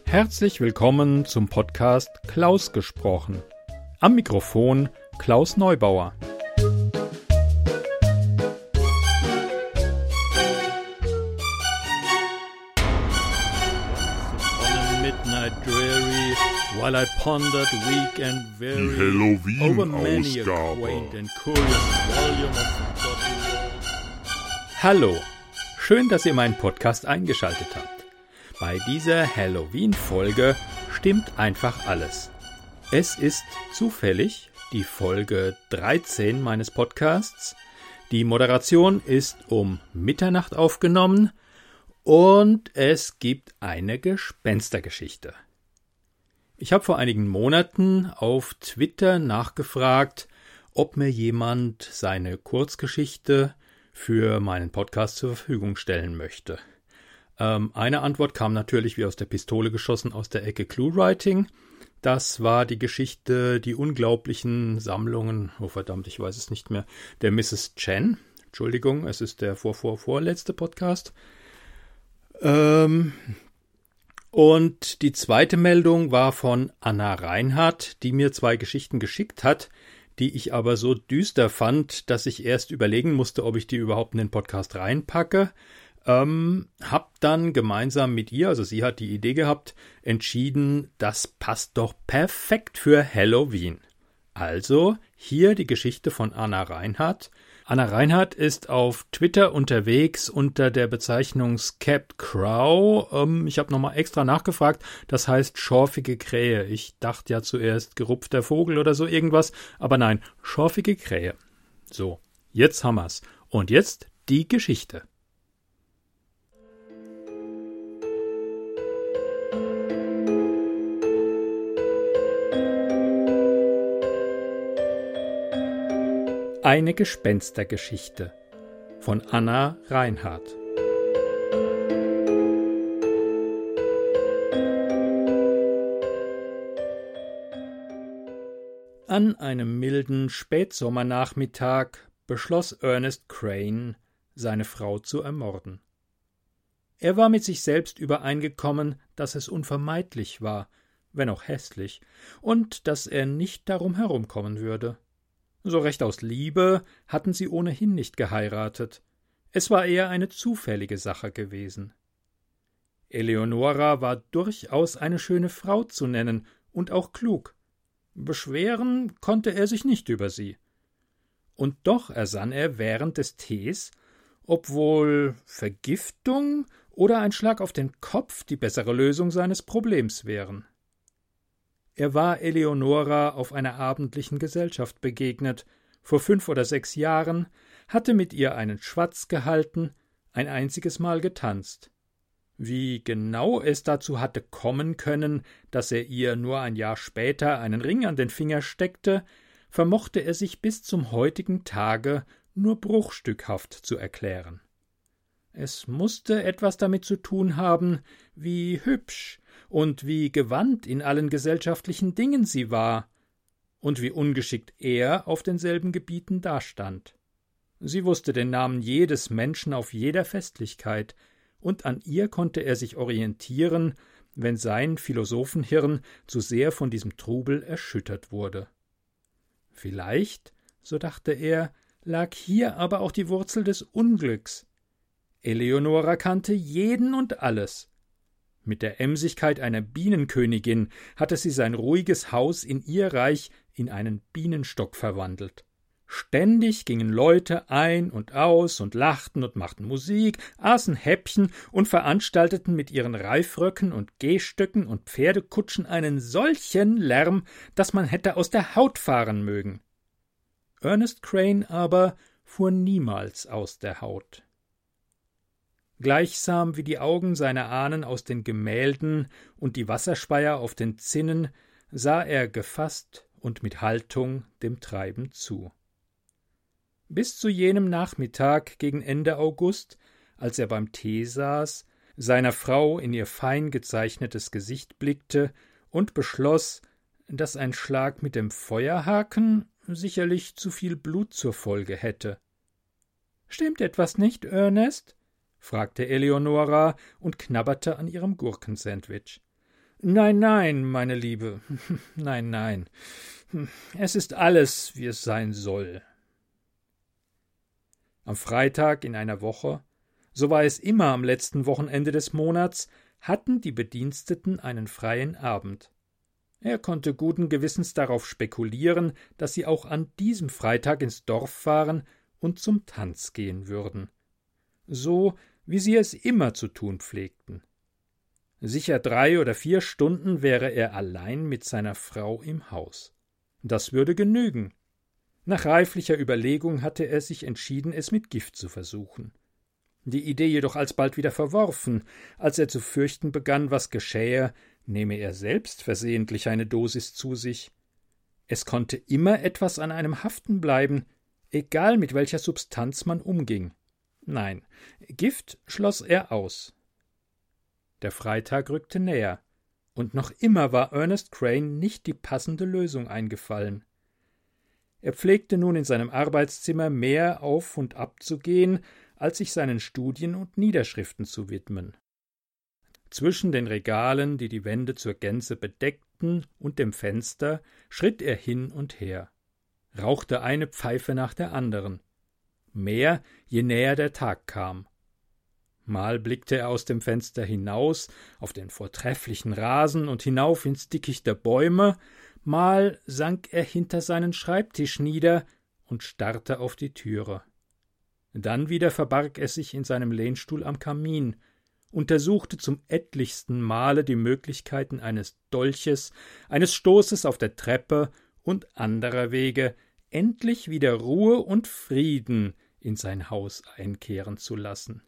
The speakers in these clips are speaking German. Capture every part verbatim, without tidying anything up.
Herzlich willkommen zum Podcast Klaus gesprochen. Am Mikrofon Klaus Neubauer. Midnight dreary, while I pondered weak and weary over many a quaint and curious volume of forgotten words. Hallo, schön, dass ihr meinen Podcast eingeschaltet habt. Bei dieser Halloween-Folge stimmt einfach alles. Es ist zufällig die Folge dreizehn meines Podcasts. Die Moderation ist um Mitternacht aufgenommen und es gibt eine Gespenstergeschichte. Ich habe vor einigen Monaten auf Twitter nachgefragt, ob mir jemand seine Kurzgeschichte für meinen Podcast zur Verfügung stellen möchte. Ähm, eine Antwort kam natürlich wie aus der Pistole geschossen aus der Ecke Cluewriting. Das war die Geschichte Die unglaublichen Sammlungen, oh verdammt, ich weiß es nicht mehr, der Misses Chen. Entschuldigung, es ist der vor-vor-vorletzte Podcast. Ähm, und die zweite Meldung war von Anna Reinhardt, die mir zwei Geschichten geschickt hat, die ich aber so düster fand, dass ich erst überlegen musste, ob ich die überhaupt in den Podcast reinpacke. Ähm, hab dann gemeinsam mit ihr, also sie hat die Idee gehabt, entschieden, das passt doch perfekt für Halloween. Also hier die Geschichte von Anna Reinhardt. Anna Reinhardt ist auf Twitter unterwegs unter der Bezeichnung Scabbed Crow. Ähm, ich habe nochmal extra nachgefragt, das heißt schorfige Krähe. Ich dachte ja zuerst gerupfter Vogel oder so irgendwas, aber nein, schorfige Krähe. So, jetzt haben wir's. Und jetzt die Geschichte. Eine Gespenstergeschichte von Anna Reinhardt. An einem milden Spätsommernachmittag beschloss Ernest Crane, seine Frau zu ermorden. Er war mit sich selbst übereingekommen, dass es unvermeidlich war, wenn auch hässlich, und dass er nicht darum herumkommen würde. So recht aus Liebe hatten sie ohnehin nicht geheiratet. Es war eher eine zufällige Sache gewesen. Eleonora war durchaus eine schöne Frau zu nennen und auch klug. Beschweren konnte er sich nicht über sie. Und doch ersann er während des Tees, ob wohl Vergiftung oder ein Schlag auf den Kopf die bessere Lösung seines Problems wären. Er war Eleonora auf einer abendlichen Gesellschaft begegnet, vor fünf oder sechs Jahren, hatte mit ihr einen Schwatz gehalten, ein einziges Mal getanzt. Wie genau es dazu hatte kommen können, dass er ihr nur ein Jahr später einen Ring an den Finger steckte, vermochte er sich bis zum heutigen Tage nur bruchstückhaft zu erklären. Es musste etwas damit zu tun haben, wie hübsch und wie gewandt in allen gesellschaftlichen Dingen sie war und wie ungeschickt er auf denselben Gebieten dastand. Sie wusste den Namen jedes Menschen auf jeder Festlichkeit, und an ihr konnte er sich orientieren, wenn sein Philosophenhirn zu sehr von diesem Trubel erschüttert wurde. Vielleicht, so dachte er, lag hier aber auch die Wurzel des Unglücks. Eleonora kannte jeden und alles. Mit der Emsigkeit einer Bienenkönigin hatte sie sein ruhiges Haus in ihr Reich in einen Bienenstock verwandelt. Ständig gingen Leute ein und aus und lachten und machten Musik, aßen Häppchen und veranstalteten mit ihren Reifröcken und Gehstöcken und Pferdekutschen einen solchen Lärm, dass man hätte aus der Haut fahren mögen. Ernest Crane aber fuhr niemals aus der Haut. Gleichsam wie die Augen seiner Ahnen aus den Gemälden und die Wasserspeier auf den Zinnen sah er gefasst und mit Haltung dem Treiben zu. Bis zu jenem Nachmittag gegen Ende August, als er beim Tee saß, seiner Frau in ihr fein gezeichnetes Gesicht blickte und beschloss, dass ein Schlag mit dem Feuerhaken sicherlich zu viel Blut zur Folge hätte. »Stimmt etwas nicht, Ernest?« fragte Eleonora und knabberte an ihrem Gurkensandwich. Nein, nein, meine Liebe, nein, nein, es ist alles, wie es sein soll. Am Freitag in einer Woche, so war es immer am letzten Wochenende des Monats, hatten die Bediensteten einen freien Abend. Er konnte guten Gewissens darauf spekulieren, dass sie auch an diesem Freitag ins Dorf fahren und zum Tanz gehen würden. So, wie sie es immer zu tun pflegten. Sicher drei oder vier Stunden wäre er allein mit seiner Frau im Haus. Das würde genügen. Nach reiflicher Überlegung hatte er sich entschieden, es mit Gift zu versuchen. Die Idee jedoch alsbald wieder verworfen, als er zu fürchten begann, was geschähe, nehme er selbst versehentlich eine Dosis zu sich. Es konnte immer etwas an einem haften bleiben, egal mit welcher Substanz man umging. Nein, Gift schloss er aus. Der Freitag rückte näher, und noch immer war Ernest Crane nicht die passende Lösung eingefallen. Er pflegte nun in seinem Arbeitszimmer mehr auf und ab zu gehen, als sich seinen Studien und Niederschriften zu widmen. Zwischen den Regalen, die die Wände zur Gänze bedeckten, und dem Fenster schritt er hin und her, rauchte eine Pfeife nach der anderen, mehr, je näher der Tag kam. Mal blickte er aus dem Fenster hinaus auf den vortrefflichen Rasen und hinauf ins Dickicht der Bäume, mal sank er hinter seinen Schreibtisch nieder und starrte auf die Türe. Dann wieder verbarg er sich in seinem Lehnstuhl am Kamin, untersuchte zum etlichsten Male die Möglichkeiten eines Dolches, eines Stoßes auf der Treppe und anderer Wege, endlich wieder Ruhe und Frieden in sein Haus einkehren zu lassen.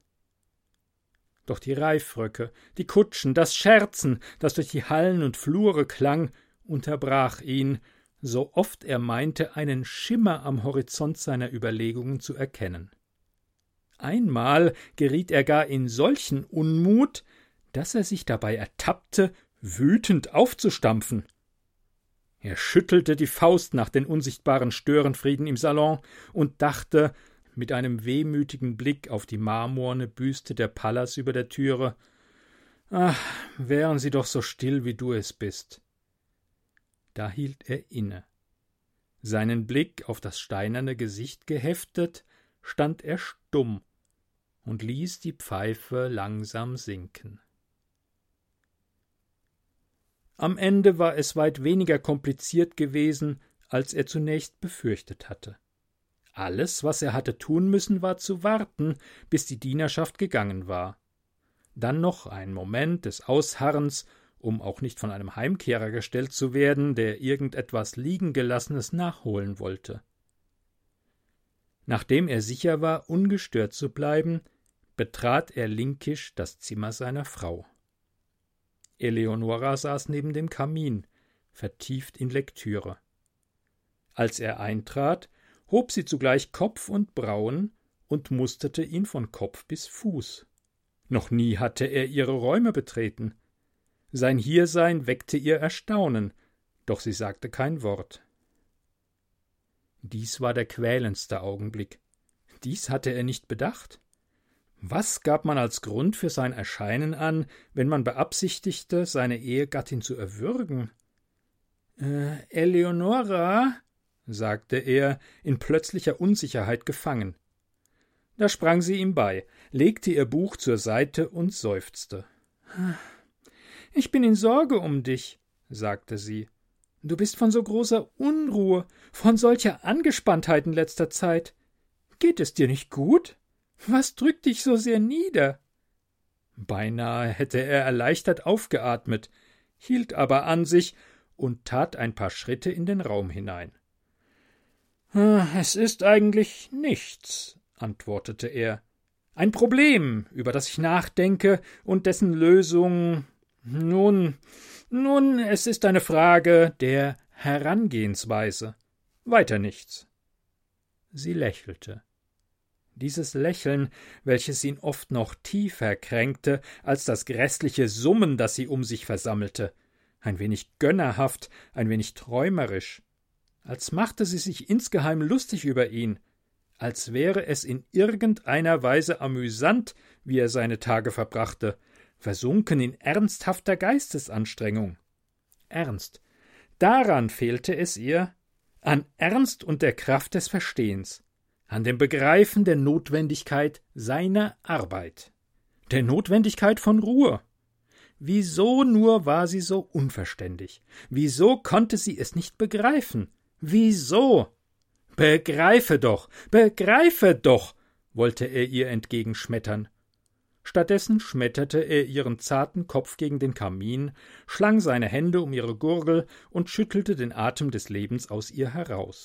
Doch die Reifröcke, die Kutschen, das Scherzen, das durch die Hallen und Flure klang, unterbrach ihn, so oft er meinte, einen Schimmer am Horizont seiner Überlegungen zu erkennen. Einmal geriet er gar in solchen Unmut, dass er sich dabei ertappte, wütend aufzustampfen. Er schüttelte die Faust nach den unsichtbaren Störenfrieden im Salon und dachte, mit einem wehmütigen Blick auf die marmorne Büste der Pallas über der Türe: »Ach, wären sie doch so still, wie du es bist.« Da hielt er inne. Seinen Blick auf das steinerne Gesicht geheftet, stand er stumm und ließ die Pfeife langsam sinken. Am Ende war es weit weniger kompliziert gewesen, als er zunächst befürchtet hatte. Alles, was er hatte tun müssen, war zu warten, bis die Dienerschaft gegangen war. Dann noch ein Moment des Ausharrens, um auch nicht von einem Heimkehrer gestellt zu werden, der irgendetwas Liegengelassenes nachholen wollte. Nachdem er sicher war, ungestört zu bleiben, betrat er linkisch das Zimmer seiner Frau. Eleonora saß neben dem Kamin, vertieft in Lektüre. Als er eintrat, hob sie zugleich Kopf und Brauen und musterte ihn von Kopf bis Fuß. Noch nie hatte er ihre Räume betreten. Sein Hiersein weckte ihr Erstaunen, doch sie sagte kein Wort. Dies war der quälendste Augenblick. Dies hatte er nicht bedacht. Was gab man als Grund für sein Erscheinen an, wenn man beabsichtigte, seine Ehegattin zu erwürgen? Äh, Eleonora, sagte er, in plötzlicher Unsicherheit gefangen. Da sprang sie ihm bei, legte ihr Buch zur Seite und seufzte. »Ich bin in Sorge um dich«, sagte sie. »Du bist von so großer Unruhe, von solcher Angespanntheit in letzter Zeit. Geht es dir nicht gut? Was drückt dich so sehr nieder?« Beinahe hätte er erleichtert aufgeatmet, hielt aber an sich und tat ein paar Schritte in den Raum hinein. »Es ist eigentlich nichts«, antwortete er. »Ein Problem, über das ich nachdenke und dessen Lösung, nun, nun, es ist eine Frage der Herangehensweise. Weiter nichts.« Sie lächelte. Dieses Lächeln, welches ihn oft noch tiefer kränkte als das grässliche Summen, das sie um sich versammelte, ein wenig gönnerhaft, ein wenig träumerisch, als machte sie sich insgeheim lustig über ihn, als wäre es in irgendeiner Weise amüsant, wie er seine Tage verbrachte, versunken in ernsthafter Geistesanstrengung. Ernst, daran fehlte es ihr, an Ernst und der Kraft des Verstehens, an dem Begreifen der Notwendigkeit seiner Arbeit, der Notwendigkeit von Ruhe. Wieso nur war sie so unverständig? Wieso konnte sie es nicht begreifen? Wieso? Begreife doch, begreife doch, wollte er ihr entgegenschmettern. Stattdessen schmetterte er ihren zarten Kopf gegen den Kamin, schlang seine Hände um ihre Gurgel und schüttelte den Atem des Lebens aus ihr heraus.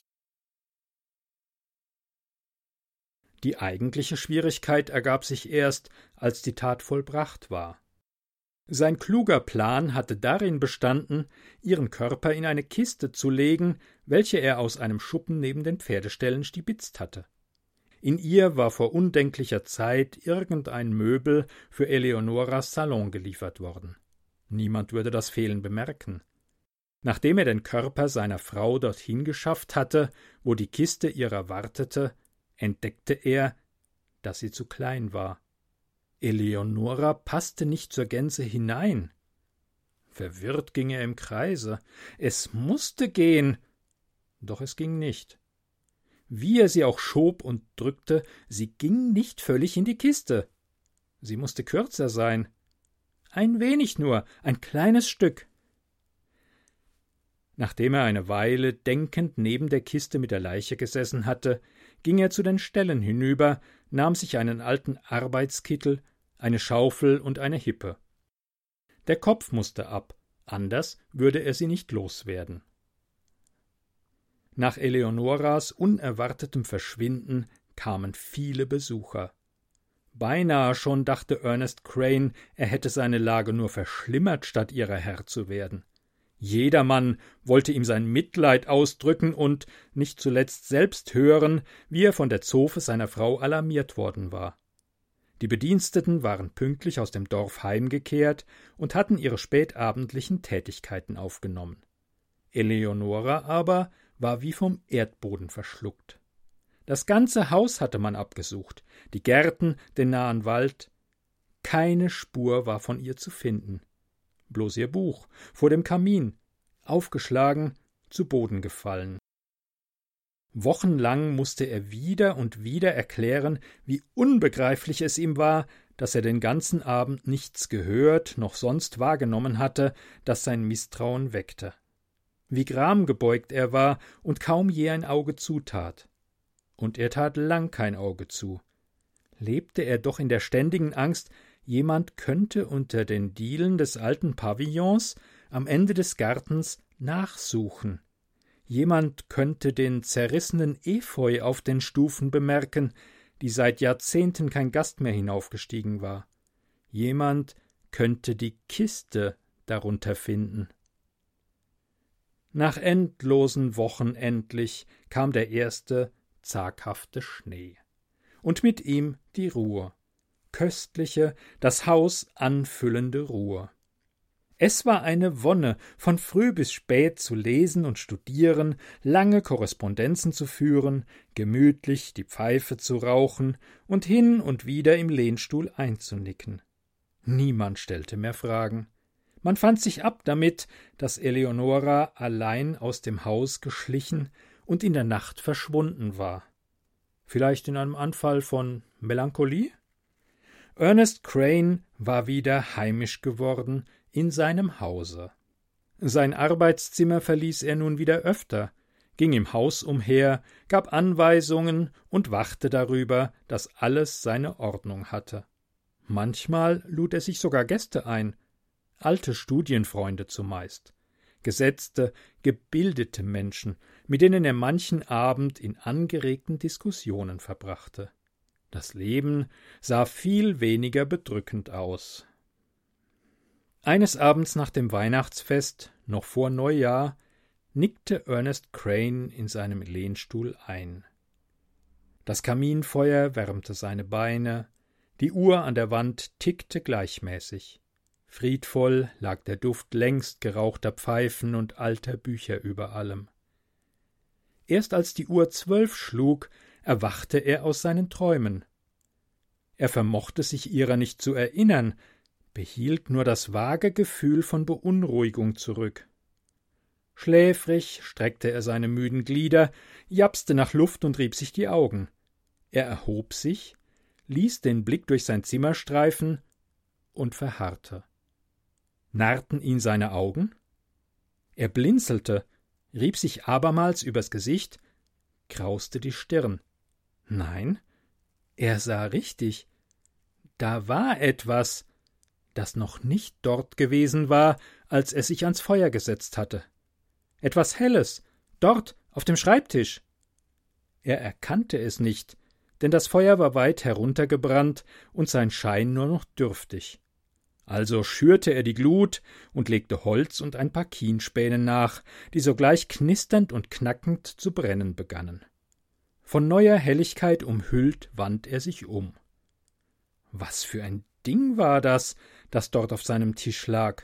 Die eigentliche Schwierigkeit ergab sich erst, als die Tat vollbracht war. Sein kluger Plan hatte darin bestanden, ihren Körper in eine Kiste zu legen, welche er aus einem Schuppen neben den Pferdeställen stibitzt hatte. In ihr war vor undenklicher Zeit irgendein Möbel für Eleonoras Salon geliefert worden. Niemand würde das Fehlen bemerken. Nachdem er den Körper seiner Frau dorthin geschafft hatte, wo die Kiste ihrer wartete, entdeckte er, dass sie zu klein war. Eleonora passte nicht zur Gänze hinein. Verwirrt ging er im Kreise. Es musste gehen, doch es ging nicht. Wie er sie auch schob und drückte, sie ging nicht völlig in die Kiste. Sie musste kürzer sein. Ein wenig nur, ein kleines Stück. Nachdem er eine Weile denkend neben der Kiste mit der Leiche gesessen hatte, ging er zu den Ställen hinüber, nahm sich einen alten Arbeitskittel, eine Schaufel und eine Hippe. Der Kopf musste ab, anders würde er sie nicht loswerden. Nach Eleonoras unerwartetem Verschwinden kamen viele Besucher. Beinahe schon dachte Ernest Crane, er hätte seine Lage nur verschlimmert, statt ihrer Herr zu werden. Jedermann wollte ihm sein Mitleid ausdrücken und nicht zuletzt selbst hören, wie er von der Zofe seiner Frau alarmiert worden war. Die Bediensteten waren pünktlich aus dem Dorf heimgekehrt und hatten ihre spätabendlichen Tätigkeiten aufgenommen. Eleonora aber war wie vom Erdboden verschluckt. Das ganze Haus hatte man abgesucht, die Gärten, den nahen Wald. Keine Spur war von ihr zu finden. Bloß ihr Buch, vor dem Kamin, aufgeschlagen, zu Boden gefallen. Wochenlang musste er wieder und wieder erklären, wie unbegreiflich es ihm war, dass er den ganzen Abend nichts gehört noch sonst wahrgenommen hatte, das sein Misstrauen weckte. Wie gramgebeugt er war und kaum je ein Auge zutat. Und er tat lang kein Auge zu. Lebte er doch in der ständigen Angst, jemand könnte unter den Dielen des alten Pavillons am Ende des Gartens nachsuchen. Jemand könnte den zerrissenen Efeu auf den Stufen bemerken, die seit Jahrzehnten kein Gast mehr hinaufgestiegen war. Jemand könnte die Kiste darunter finden. Nach endlosen Wochen endlich kam der erste, zaghafte Schnee. Und mit ihm die Ruhe. Köstliche, das Haus anfüllende Ruhe. Es war eine Wonne, von früh bis spät zu lesen und studieren, lange Korrespondenzen zu führen, gemütlich die Pfeife zu rauchen und hin und wieder im Lehnstuhl einzunicken. Niemand stellte mehr Fragen. Man fand sich ab damit, dass Eleonora allein aus dem Haus geschlichen und in der Nacht verschwunden war. Vielleicht in einem Anfall von Melancholie? Ernest Crane war wieder heimisch geworden in seinem Hause. Sein Arbeitszimmer verließ er nun wieder öfter, ging im Haus umher, gab Anweisungen und wachte darüber, dass alles seine Ordnung hatte. Manchmal lud er sich sogar Gäste ein, alte Studienfreunde zumeist, gesetzte, gebildete Menschen, mit denen er manchen Abend in angeregten Diskussionen verbrachte. Das Leben sah viel weniger bedrückend aus. Eines Abends nach dem Weihnachtsfest, noch vor Neujahr, nickte Ernest Crane in seinem Lehnstuhl ein. Das Kaminfeuer wärmte seine Beine, die Uhr an der Wand tickte gleichmäßig. Friedvoll lag der Duft längst gerauchter Pfeifen und alter Bücher über allem. Erst als die Uhr zwölf schlug, erwachte er aus seinen Träumen. Er vermochte sich ihrer nicht zu erinnern, behielt nur das vage Gefühl von Beunruhigung zurück. Schläfrig streckte er seine müden Glieder, japste nach Luft und rieb sich die Augen. Er erhob sich, ließ den Blick durch sein Zimmer streifen und verharrte. Narrten ihn seine Augen? Er blinzelte, rieb sich abermals übers Gesicht, krauste die Stirn. Nein, er sah richtig. Da war etwas, das noch nicht dort gewesen war, als er sich ans Feuer gesetzt hatte. Etwas Helles, dort, auf dem Schreibtisch. Er erkannte es nicht, denn das Feuer war weit heruntergebrannt und sein Schein nur noch dürftig. Also schürte er die Glut und legte Holz und ein paar Kienspäne nach, die sogleich knisternd und knackend zu brennen begannen. Von neuer Helligkeit umhüllt wand er sich um. Was für ein Ding war das, das dort auf seinem Tisch lag?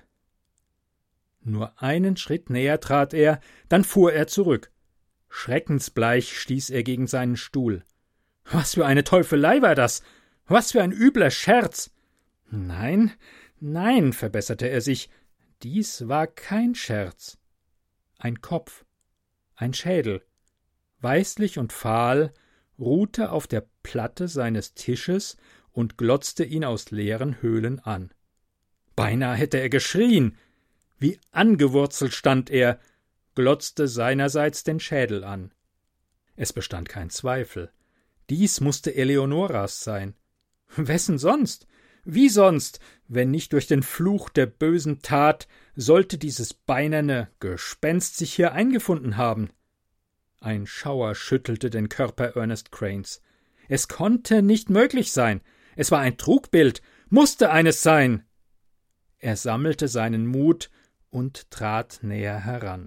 Nur einen Schritt näher trat er, dann fuhr er zurück. Schreckensbleich stieß er gegen seinen Stuhl. Was für eine Teufelei war das! Was für ein übler Scherz! Nein, nein, verbesserte er sich, dies war kein Scherz. Ein Kopf, ein Schädel, weißlich und fahl, ruhte auf der Platte seines Tisches und glotzte ihn aus leeren Höhlen an. Beinahe hätte er geschrien. Wie angewurzelt stand er, glotzte seinerseits den Schädel an. Es bestand kein Zweifel. Dies musste Eleonoras sein. Wessen sonst? Wie sonst, wenn nicht durch den Fluch der bösen Tat, sollte dieses beinerne Gespenst sich hier eingefunden haben? Ein Schauer schüttelte den Körper Ernest Cranes. Es konnte nicht möglich sein. Es war ein Trugbild, musste eines sein. Er sammelte seinen Mut und trat näher heran.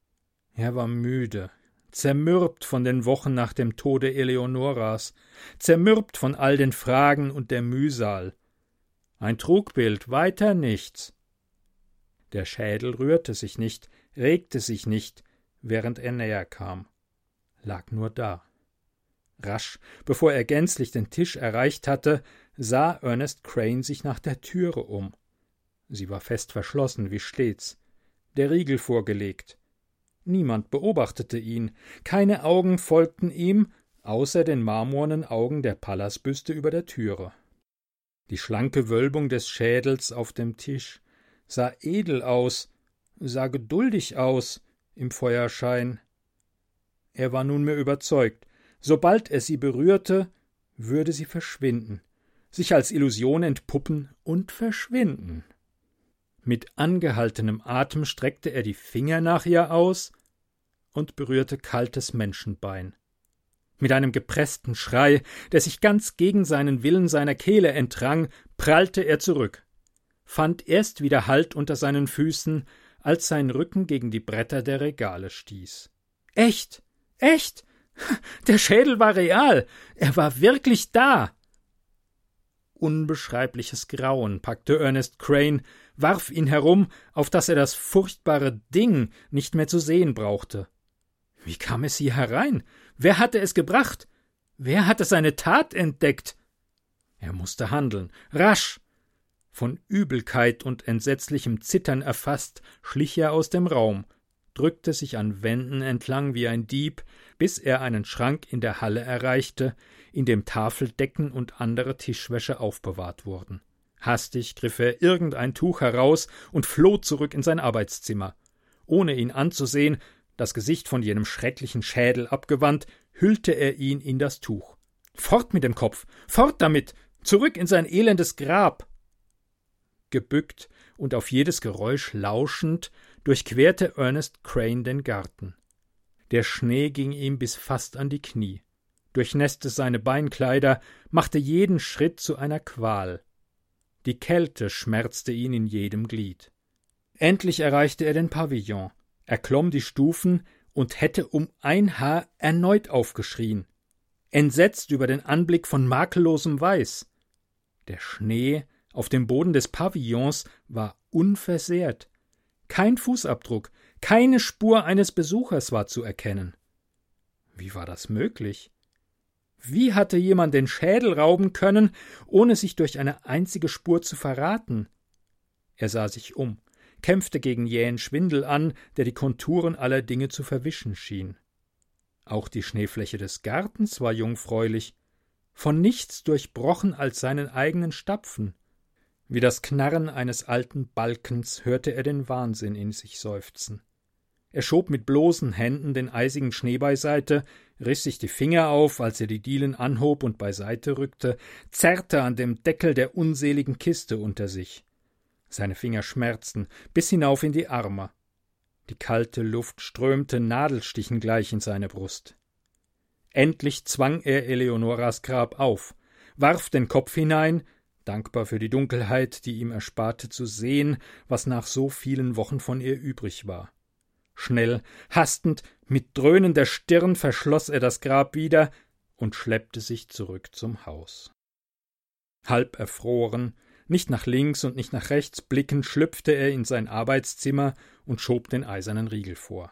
Er war müde, zermürbt von den Wochen nach dem Tode Eleonoras, zermürbt von all den Fragen und der Mühsal. Ein Trugbild, weiter nichts. Der Schädel rührte sich nicht, regte sich nicht, während er näher kam, lag nur da. Rasch, bevor er gänzlich den Tisch erreicht hatte, sah Ernest Crane sich nach der Türe um. Sie war fest verschlossen, wie stets, der Riegel vorgelegt. Niemand beobachtete ihn, keine Augen folgten ihm, außer den marmornen Augen der Pallasbüste über der Türe. Die schlanke Wölbung des Schädels auf dem Tisch sah edel aus, sah geduldig aus im Feuerschein. Er war nunmehr überzeugt, sobald er sie berührte, würde sie verschwinden, sich als Illusion entpuppen und verschwinden. Mit angehaltenem Atem streckte er die Finger nach ihr aus und berührte kaltes Menschenbein. Mit einem gepressten Schrei, der sich ganz gegen seinen Willen seiner Kehle entrang, prallte er zurück, fand erst wieder Halt unter seinen Füßen, als sein Rücken gegen die Bretter der Regale stieß. Echt! Echt! Der Schädel war real! Er war wirklich da! Unbeschreibliches Grauen packte Ernest Crane, warf ihn herum, auf daß er das furchtbare Ding nicht mehr zu sehen brauchte. Wie kam es hier herein? Wer hatte es gebracht? Wer hatte seine Tat entdeckt? Er musste handeln, rasch. Von Übelkeit und entsetzlichem Zittern erfasst, schlich er aus dem Raum, drückte sich an Wänden entlang wie ein Dieb, bis er einen Schrank in der Halle erreichte, in dem Tafeldecken und andere Tischwäsche aufbewahrt wurden. Hastig griff er irgendein Tuch heraus und floh zurück in sein Arbeitszimmer. Ohne ihn anzusehen, das Gesicht von jenem schrecklichen Schädel abgewandt, hüllte er ihn in das Tuch. Fort mit dem Kopf, fort damit, zurück in sein elendes Grab! Gebückt und auf jedes Geräusch lauschend, durchquerte Ernest Crane den Garten. Der Schnee ging ihm bis fast an die Knie, durchnässte seine Beinkleider, machte jeden Schritt zu einer Qual. Die Kälte schmerzte ihn in jedem Glied. Endlich erreichte er den Pavillon, erklomm die Stufen und hätte um ein Haar erneut aufgeschrien, entsetzt über den Anblick von makellosem Weiß. Der Schnee auf dem Boden des Pavillons war unversehrt. Kein Fußabdruck, keine Spur eines Besuchers war zu erkennen. Wie war das möglich? Wie hatte jemand den Schädel rauben können, ohne sich durch eine einzige Spur zu verraten? Er sah sich um, kämpfte gegen jähen Schwindel an, der die Konturen aller Dinge zu verwischen schien. Auch die Schneefläche des Gartens war jungfräulich, von nichts durchbrochen als seinen eigenen Stapfen. Wie das Knarren eines alten Balkens hörte er den Wahnsinn in sich seufzen. Er schob mit bloßen Händen den eisigen Schnee beiseite, riss sich die Finger auf, als er die Dielen anhob und beiseite rückte, zerrte an dem Deckel der unseligen Kiste unter sich. Seine Finger schmerzten bis hinauf in die Arme. Die kalte Luft strömte Nadelstichen gleich in seine Brust. Endlich zwang er Eleonoras Grab auf, warf den Kopf hinein, dankbar für die Dunkelheit, die ihm ersparte zu sehen, was nach so vielen Wochen von ihr übrig war. Schnell, hastend, mit dröhnender Stirn verschloss er das Grab wieder und schleppte sich zurück zum Haus. Halb erfroren, nicht nach links und nicht nach rechts blickend, schlüpfte er in sein Arbeitszimmer und schob den eisernen Riegel vor.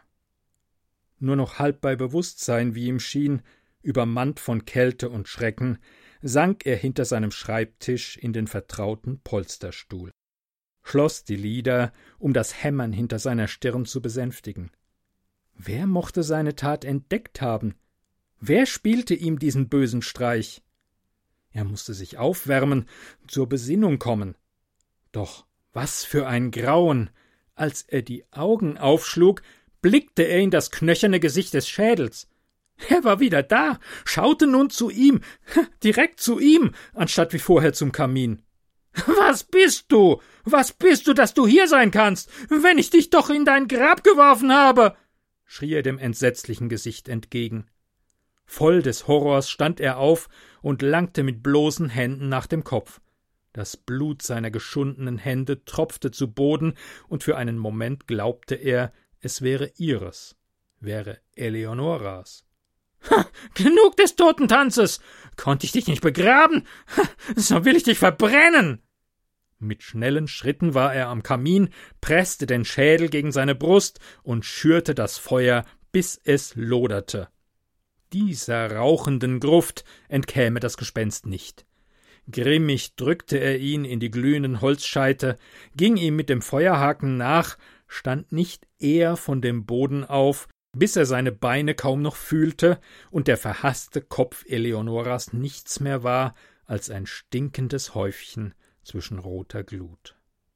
Nur noch halb bei Bewusstsein, wie ihm schien, übermannt von Kälte und Schrecken, sank er hinter seinem Schreibtisch in den vertrauten Polsterstuhl, schloss die Lider, um das Hämmern hinter seiner Stirn zu besänftigen. Wer mochte seine Tat entdeckt haben? Wer spielte ihm diesen bösen Streich? Er musste sich aufwärmen, zur Besinnung kommen. Doch was für ein Grauen! Als er die Augen aufschlug, blickte er in das knöcherne Gesicht des Schädels. Er war wieder da, schaute nun zu ihm, direkt zu ihm, anstatt wie vorher zum Kamin. »Was bist du? Was bist du, dass du hier sein kannst, wenn ich dich doch in dein Grab geworfen habe?« schrie er dem entsetzlichen Gesicht entgegen. Voll des Horrors stand er auf und langte mit bloßen Händen nach dem Kopf. Das Blut seiner geschundenen Hände tropfte zu Boden, und für einen Moment glaubte er, es wäre ihres, wäre Eleonoras. »Ha, genug des Totentanzes! Konnte ich dich nicht begraben? Ha, so will ich dich verbrennen!« Mit schnellen Schritten war er am Kamin, presste den Schädel gegen seine Brust und schürte das Feuer, bis es loderte. Dieser rauchenden Gruft entkäme das Gespenst nicht. Grimmig drückte er ihn in die glühenden Holzscheite, ging ihm mit dem Feuerhaken nach, stand nicht eher von dem Boden auf, bis er seine Beine kaum noch fühlte und der verhasste Kopf Eleonoras nichts mehr war als ein stinkendes Häufchen zwischen roter Glut.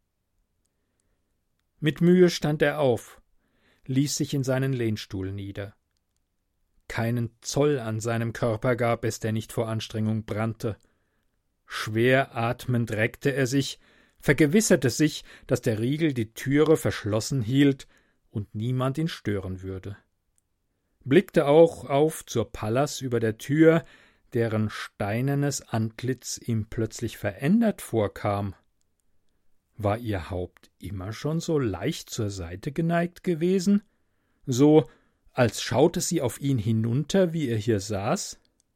Mit Mühe stand er auf, ließ sich in seinen Lehnstuhl nieder. Keinen Zoll an seinem Körper gab es, der nicht vor Anstrengung brannte. Schwer atmend reckte er sich, vergewisserte sich, dass der Riegel die Türe verschlossen hielt und niemand ihn stören würde. Blickte auch auf zur Pallas über der Tür, deren steinernes Antlitz ihm plötzlich verändert vorkam. War ihr Haupt immer schon so leicht zur Seite geneigt gewesen? So, als schaute sie auf ihn hinunter, wie er hier saß?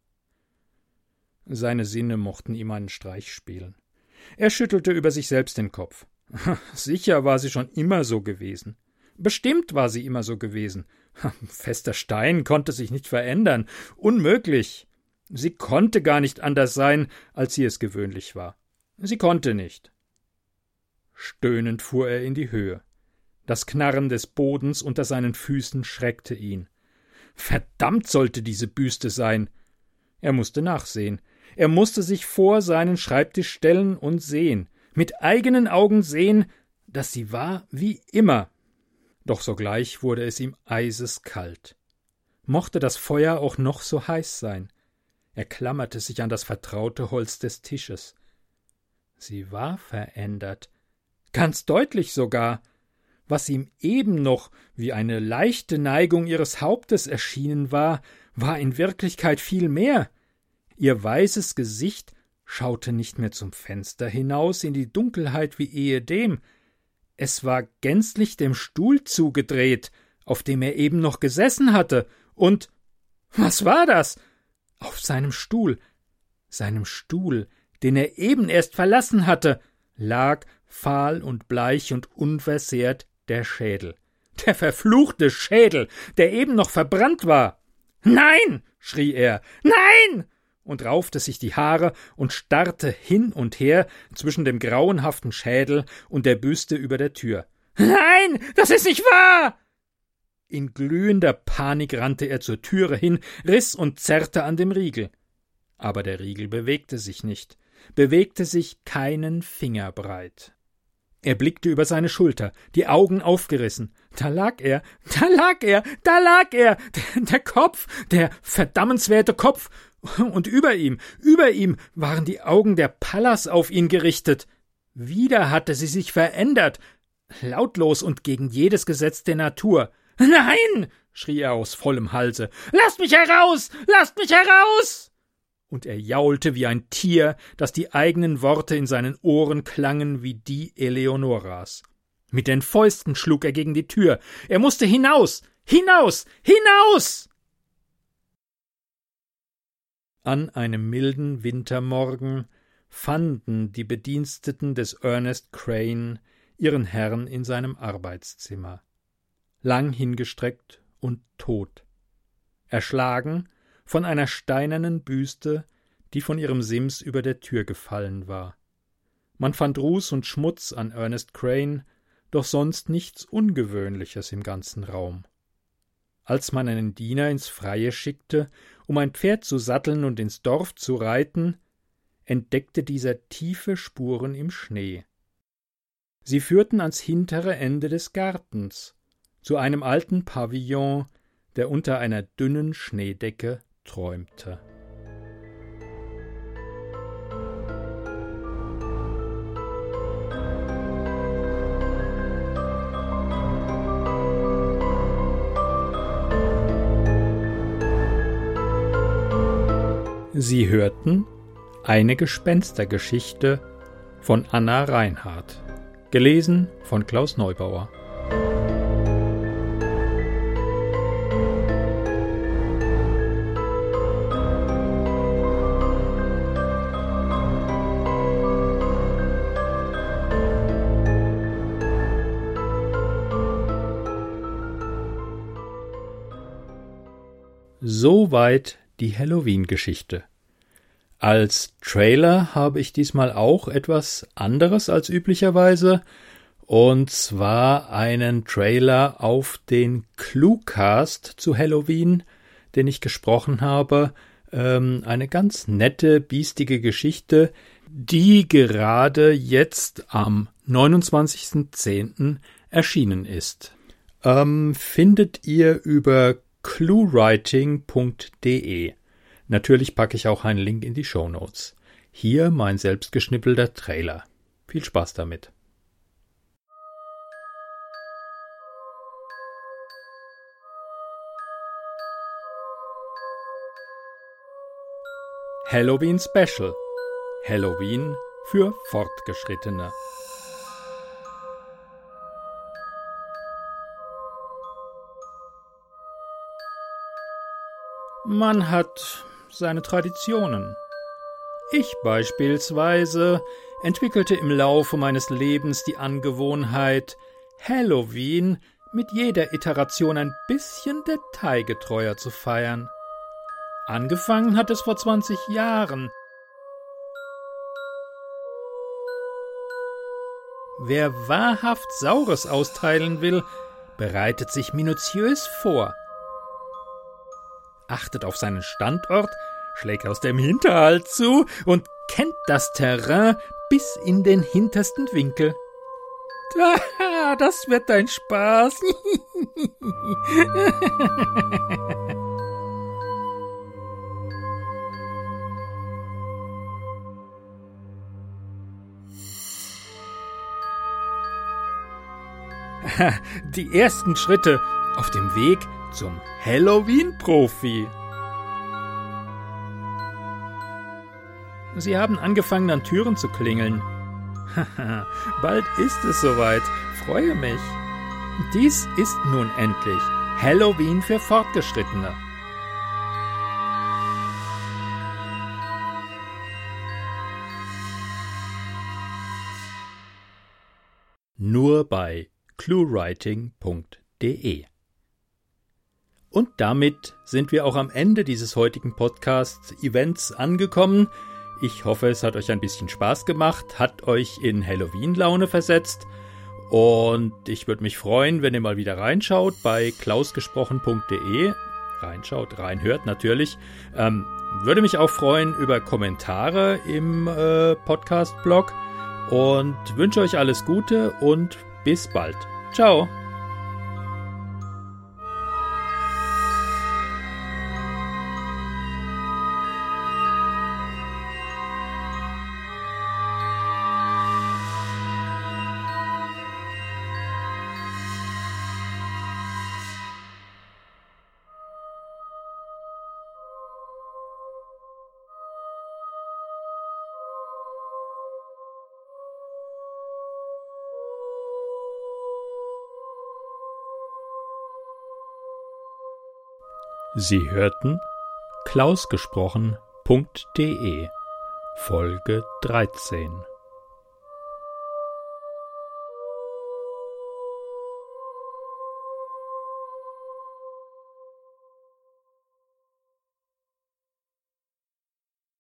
Seine Sinne mochten ihm einen Streich spielen. Er schüttelte über sich selbst den Kopf. Sicher war sie schon immer so gewesen. Bestimmt war sie immer so gewesen. Fester Stein konnte sich nicht verändern. Unmöglich. Sie konnte gar nicht anders sein, als sie es gewöhnlich war. Sie konnte nicht. Stöhnend fuhr er in die Höhe. Das Knarren des Bodens unter seinen Füßen schreckte ihn. Verdammt sollte diese Büste sein! Er musste nachsehen. Er musste sich vor seinen Schreibtisch stellen und sehen, mit eigenen Augen sehen, dass sie war wie immer. Doch sogleich wurde es ihm eiseskalt. Mochte das Feuer auch noch so heiß sein. Er klammerte sich an das vertraute Holz des Tisches. Sie war verändert. Ganz deutlich sogar. Was ihm eben noch wie eine leichte Neigung ihres Hauptes erschienen war, war in Wirklichkeit viel mehr. Ihr weißes Gesicht schaute nicht mehr zum Fenster hinaus in die Dunkelheit wie ehedem. Es war gänzlich dem Stuhl zugedreht, auf dem er eben noch gesessen hatte, und was war das? Auf seinem Stuhl, seinem Stuhl, den er eben erst verlassen hatte, lag fahl und bleich und unversehrt der Schädel. Der verfluchte Schädel, der eben noch verbrannt war. »Nein!« schrie er. »Nein!« und raufte sich die Haare und starrte hin und her zwischen dem grauenhaften Schädel und der Büste über der Tür. »Nein, das ist nicht wahr!« In glühender Panik rannte er zur Türe hin, riss und zerrte an dem Riegel. Aber der Riegel bewegte sich nicht, bewegte sich keinen Finger breit. Er blickte über seine Schulter, die Augen aufgerissen. Da lag er, da lag er, da lag er, der, der Kopf, der verdammenswerte Kopf, und über ihm, über ihm waren die Augen der Pallas auf ihn gerichtet. Wieder hatte sie sich verändert, lautlos und gegen jedes Gesetz der Natur. »Nein!« schrie er aus vollem Halse. »Lasst mich heraus! Lasst mich heraus!« Und er jaulte wie ein Tier, dass die eigenen Worte in seinen Ohren klangen wie die Eleonoras. Mit den Fäusten schlug er gegen die Tür. Er musste hinaus, hinaus, hinaus! An einem milden Wintermorgen fanden die Bediensteten des Ernest Crane ihren Herrn in seinem Arbeitszimmer, lang hingestreckt und tot, erschlagen von einer steinernen Büste, die von ihrem Sims über der Tür gefallen war. Man fand Ruß und Schmutz an Ernest Crane, doch sonst nichts Ungewöhnliches im ganzen Raum. Als man einen Diener ins Freie schickte, um ein Pferd zu satteln und ins Dorf zu reiten, entdeckte dieser tiefe Spuren im Schnee. Sie führten ans hintere Ende des Gartens, zu einem alten Pavillon, der unter einer dünnen Schneedecke träumte. Sie hörten eine Gespenstergeschichte von Anna Reinhardt, gelesen von Klaus Neubauer. Soweit die Halloween-Geschichte. Als Trailer habe ich diesmal auch etwas anderes als üblicherweise, und zwar einen Trailer auf den Cluecast zu Halloween, den ich gesprochen habe. Ähm, eine ganz nette, biestige Geschichte, die gerade jetzt am neunundzwanzigsten zehnten erschienen ist. Ähm, findet ihr über cluewriting punkt de. Natürlich packe ich auch einen Link in die Shownotes. Hier mein selbstgeschnippelter Trailer. Viel Spaß damit. Halloween Special. Halloween für Fortgeschrittene. Man hat seine Traditionen. Ich beispielsweise entwickelte im Laufe meines Lebens die Angewohnheit, Halloween mit jeder Iteration ein bisschen detailgetreuer zu feiern. Angefangen hat es vor zwanzig Jahren. Wer wahrhaft Saures austeilen will, bereitet sich minutiös vor. Achtet auf seinen Standort, schlägt aus dem Hinterhalt zu und kennt das Terrain bis in den hintersten Winkel. Ah, das wird ein Spaß. Die ersten Schritte auf dem Weg zum Halloween-Profi. Sie haben angefangen, an Türen zu klingeln. Haha, bald ist es soweit. Freue mich. Dies ist nun endlich Halloween für Fortgeschrittene. Nur bei cluewriting punkt de. Und damit sind wir auch am Ende dieses heutigen Podcast-Events angekommen. Ich hoffe, es hat euch ein bisschen Spaß gemacht, hat euch in Halloween-Laune versetzt. Und ich würde mich freuen, wenn ihr mal wieder reinschaut bei klausgesprochen punkt de. Reinschaut, reinhört natürlich. Ähm, würde mich auch freuen über Kommentare im äh, Podcast-Blog. Und wünsche euch alles Gute und bis bald. Ciao! Sie hörten klausgesprochen punkt de Folge dreizehn.